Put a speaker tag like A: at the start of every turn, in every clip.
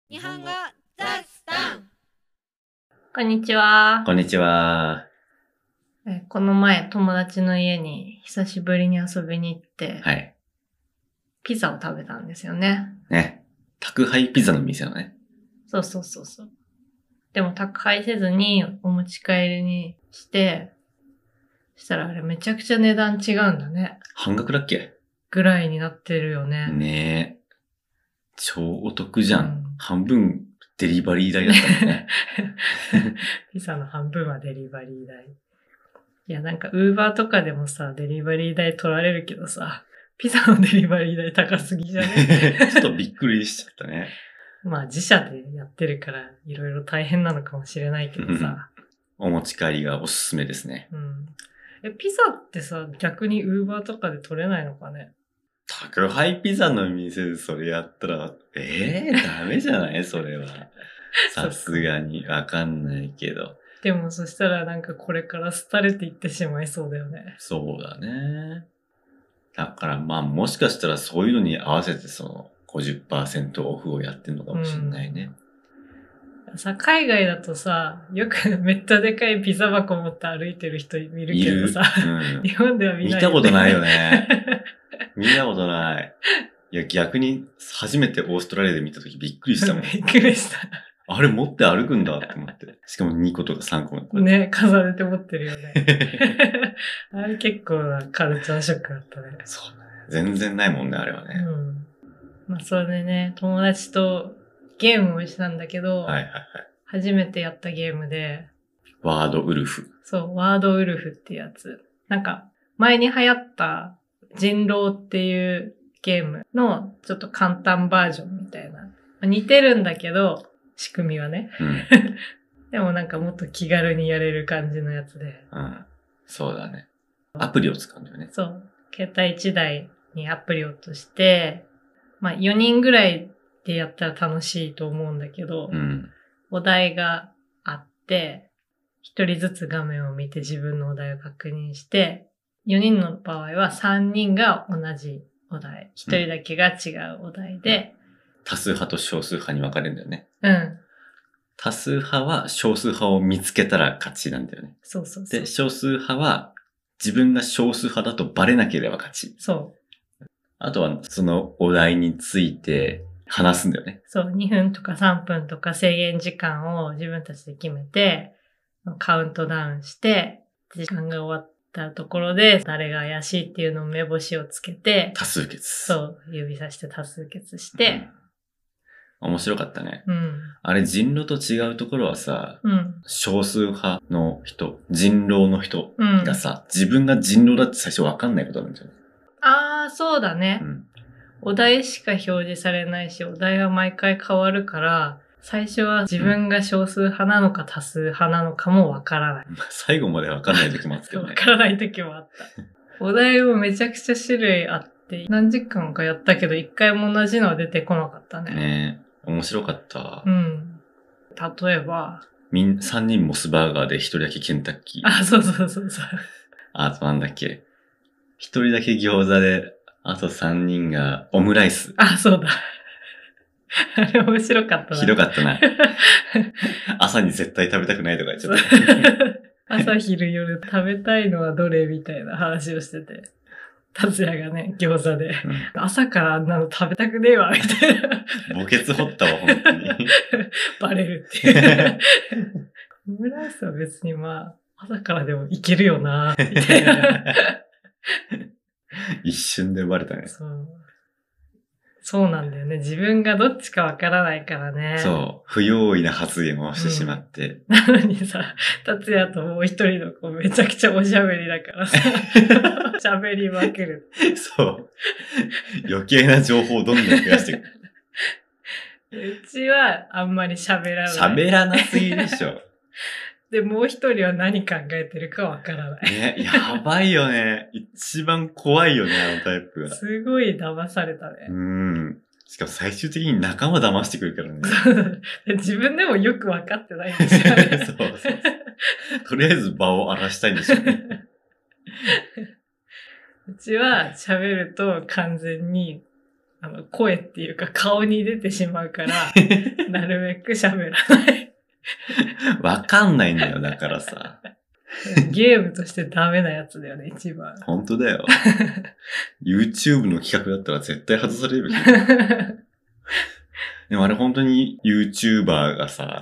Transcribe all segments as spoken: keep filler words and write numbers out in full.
A: 日本語ザスタン。
B: こんにちは。
C: こんにちは。
B: えこの前友達の家に久しぶりに遊びに行って、
C: はい。
B: ピザを食べたんですよね。
C: ね。宅配ピザの店のね。
B: そうそうそうそう。でも宅配せずにお持ち帰りにして、したらあれめちゃくちゃ値段違うんだね。
C: 半額だっけ？
B: ぐらいになってるよね。
C: ねえ。超お得じゃん。
B: うん、
C: 半分デリバリー代だったもんね。
B: ピザの半分はデリバリー代。いやなんかウーバーとかでもさ、デリバリー代取られるけどさ、ピザのデリバリー代高すぎじゃね？
C: ちょっとびっくりしちゃったね。
B: まあ自社でやってるからいろいろ大変なのかもしれないけどさ。
C: お持ち帰りがおすすめですね。
B: うん。え、ピザってさ、逆にウーバーとかで取れないのかね？
C: 宅配ピザの店でそれやったら、ええー、ダメじゃないそれは。さすがにわかんないけど。
B: でもそしたらなんかこれから廃れていってしまいそうだよね。
C: そうだね。だからまあもしかしたらそういうのに合わせてその ごじゅっパーセント オフをやってるのかもしれないね。
B: うん、さ、海外だとさ、よくめっちゃでかいピザ箱持って歩いてる人いるけどさ、うん、日本では見ないよね。
C: 見たことないよね。見たことない。いや逆に初めてオーストラリアで見たときびっくりしたもん。
B: びっくりした。
C: あれ持って歩くんだって思って。しかもにことかさんこも。
B: ね、重ねて持ってるよね。あれ結構なカルチャーショックだったね。
C: そうだね。全然ないもんね、あれはね。
B: うん。まあそれでね、友達とゲームをしたんだけど、
C: はいはいはい。
B: 初めてやったゲームで、
C: ワードウルフ。
B: そう、ワードウルフってやつ。なんか、前に流行った人狼っていうゲームのちょっと簡単バージョンみたいな。似てるんだけど、仕組みはね。
C: うん、
B: でもなんかもっと気軽にやれる感じのやつで。
C: うん。そうだね。アプリを使うんだよね。
B: そう。携帯いちだいにアプリを落として、まあよにんぐらいでやったら楽しいと思うんだけど、
C: うん、
B: お題があって、ひとりずつ画面を見て自分のお題を確認して、よにんの場合はさんにんが同じお題、ひとりだけが違うお題で、
C: うん、多数派と少数派に分かれるんだよね。
B: うん。
C: 多数派は少数派を見つけたら勝ちなんだよね。
B: そうそうそう。
C: で、少数派は自分が少数派だとバレなければ勝ち。
B: そう。
C: あとはそのお題について話すんだよね。
B: そう、にふんとかさんぷんとか制限時間を自分たちで決めて、カウントダウンして、時間が終わったところで、誰が怪しいっていうのを目星をつけて、
C: 多数決。
B: そう、指さして多数決して、
C: うん、面白かったね。
B: うん。あ
C: れ人狼と違うところはさ、
B: うん、
C: 少数派の人、人狼の人がさ、うん、自分が人狼だって最初わかんないことなんだよね。
B: ああ、そうだね。
C: うん、
B: お題しか表示されないし、お題は毎回変わるから、最初は自分が少数派なのか多数派なのかもわからない。
C: 最後までわからない時もあったけどね。
B: わからない時もあった。お題もめちゃくちゃ種類あって、何時間かやったけど、一回も同じのは出てこなかったね。
C: ねえ、面白かった。
B: うん。例えば。
C: みん、三人モスバーガーで一人だけケンタッキー。
B: あ、そうそうそうそう。
C: あとなんだっけ。一人だけ餃子で、あと三人がオムライス。
B: あ、そうだ。あれ面白かったな。
C: ひどかったな。朝に絶対食べたくないとか言っちゃった。
B: 朝昼夜食べたいのはどれみたいな話をしてて。達也がね、餃子で、うん。朝からあんなの食べたくねえわ、みたいな。
C: 墓穴掘ったわ、本当に。
B: バレるっていう。オムライスは別にまあ、朝からでもいけるよな、みたいな。
C: 一瞬でバレたね。
B: そう。そうなんだよね。自分がどっちかわからないからね。
C: そう。不用意な発言をしてしまって。
B: うん、なのにさ、達也ともう一人の子めちゃくちゃおしゃべりだからさ、喋りまくる。
C: そう。余計な情報をどんどん増やしていく。
B: うちはあんまり喋らない。
C: 喋らなすぎでしょ。
B: で、もう一人は何考えてるかわからない。
C: ね、やばいよね。一番怖いよね、あのタイプが。
B: すごい騙されたね。
C: うん。しかも最終的に仲間騙してくるからね。
B: 自分でもよくわかってないんですよね。
C: そうそうそう。とりあえず場を荒らしたいんでしょうね。
B: うちは喋ると完全にあの、声っていうか顔に出てしまうから、なるべく喋らない。
C: わかんないんだよ、だからさ。
B: ゲームとしてダメなやつだよね、一番。
C: 本当だよ。YouTube の企画だったら絶対外される。でもあれ本当に YouTuber がさ、
B: うん、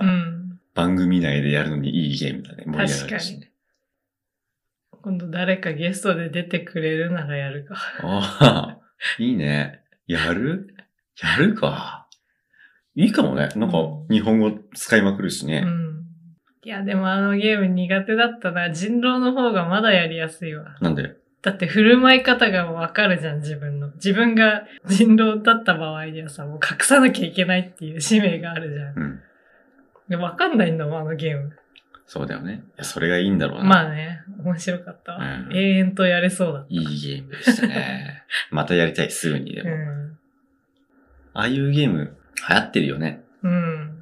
C: 番組内でやるのにいいゲームだね。盛り上がるしね。
B: 確かに。今度誰かゲストで出てくれるならやるか。
C: ああ、いいね。やるやるか。いいかもね。なんか日本語使いまくるしね。
B: うん。いや、でもあのゲーム苦手だったな。人狼の方がまだやりやすいわ。
C: なんで？
B: だって振る舞い方がわかるじゃん、自分の。自分が人狼だった場合にはさ、もう隠さなきゃいけないっていう使命があるじゃん。うん。でわかんないんだもん、あのゲーム。
C: そうだよね。いや、それがいいんだろうな。
B: まあね、面白かったわ。うん、永遠とやれそうだった。
C: いいゲームでしたね。またやりたい、すぐにでも。うん、ああいうゲーム、流行ってるよね。うん。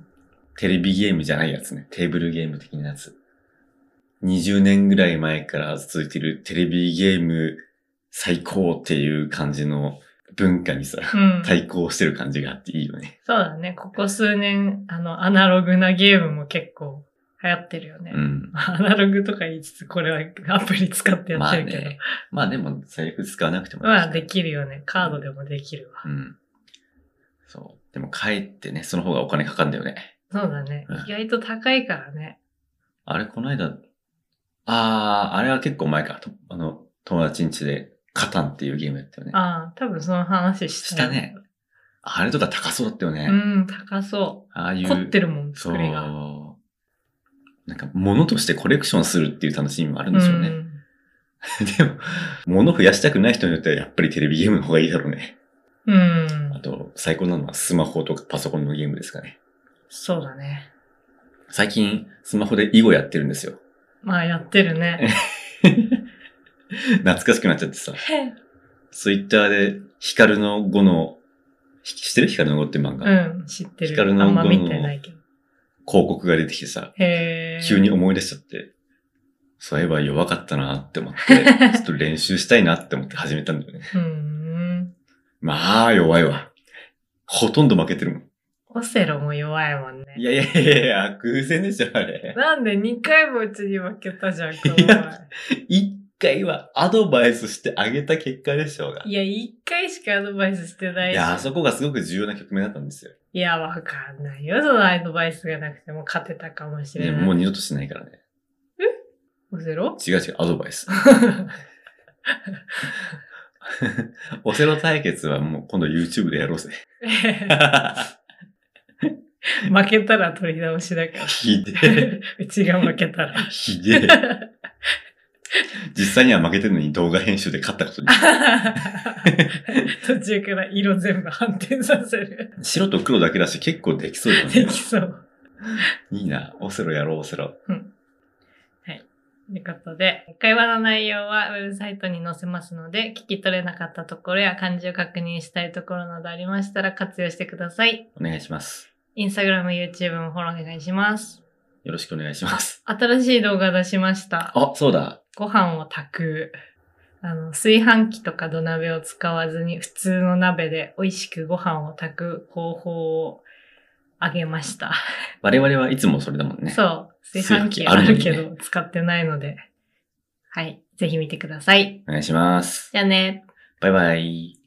C: テレビゲームじゃないやつね。テーブルゲーム的なやつ。にじゅうねんぐらい前から続いてるテレビゲーム最高っていう感じの文化にさ、うん、対抗してる感じがあっていいよね。
B: そうだね。ここ数年、あの、アナログなゲームも結構流行ってるよね。うん。アナログとか言いつつ、これはアプリ使ってやってるけど。
C: まあね。まあでも、最悪使わなくてもいい。
B: まあできるよね。カードでもできるわ。うん。
C: そう。でも帰ってね、その方がお金かかるんだよね。
B: そうだね。うん、意外と高いからね。
C: あれ、この間、ああ、あれは結構前か。あの、友達ん家で、カタンっていうゲームやったよね。
B: ああ、多分その話した。
C: したね。あれとか高そうだったよね。
B: うん、高そう。ああいう。凝ってるもん、作りが。
C: そう。なんか、物としてコレクションするっていう楽しみもあるんでしょうね。うん、でも、物増やしたくない人によってはやっぱりテレビゲームの方がいいだろうね。うん。あと、最高なのはスマホとかパソコンのゲームですかね。
B: そうだね。
C: 最近、スマホで囲碁やってるんですよ。
B: まあ、やってるね。
C: 懐かしくなっちゃってさ。ツイッターで、ヒカルの碁の、知ってるヒカルの碁って漫画。
B: うん、知ってる。ヒカルの碁の広
C: 告が出てきてさ、
B: へ
C: 急に思い出しちゃって、そういえば弱かったなって思って、ちょっと練習したいなって思って始めたんだよね。うーんまあ、弱いわ。ほとんど負けてるもん。
B: オセロも弱いもんね。
C: いやいやいやいや、空戦でしょ、あれ。
B: なんでにかいもうちに負けたじゃん、この前。
C: いっかいはアドバイスしてあげた結果でしょうが。
B: いや、いっかいしかアドバイスしてないし。
C: いや、あそこがすごく重要な局面だったんですよ。
B: いや、わかんないよ。そのアドバイスがなくても勝てたかもしれない。いや、
C: もう二度としないからね。
B: えオセロ？
C: 違う違う、アドバイス。オセロ対決はもう今度 YouTube でやろうぜ。
B: 負けたら取り直しだから。
C: ひでえ。
B: うちが負けたら。
C: ひでえ。実際には負けてるのに動画編集で勝ったことに。
B: 途中から色全部反転させる。
C: 白と黒だけだし結構できそうだよね。
B: できそう。
C: いいな。オセロやろう、オセロ。
B: うん。はい。ということで、会話の内容はウェブサイトに載せますので、聞き取れなかったところや漢字を確認したいところなどありましたら活用してください。
C: お願いします。
B: インスタグラム、YouTube もフォローお願いします。
C: よろしくお願いします。
B: 新しい動画出しました。
C: あ、そうだ。
B: ご飯を炊く。あの、炊飯器とか土鍋を使わずに普通の鍋で美味しくご飯を炊く方法をあげました。
C: 我々はいつもそれだもんね。
B: そう。炊飯器あるけど使ってないので。はい。ぜひ見てください。
C: お願いします。
B: じゃあね。
C: バイバイ。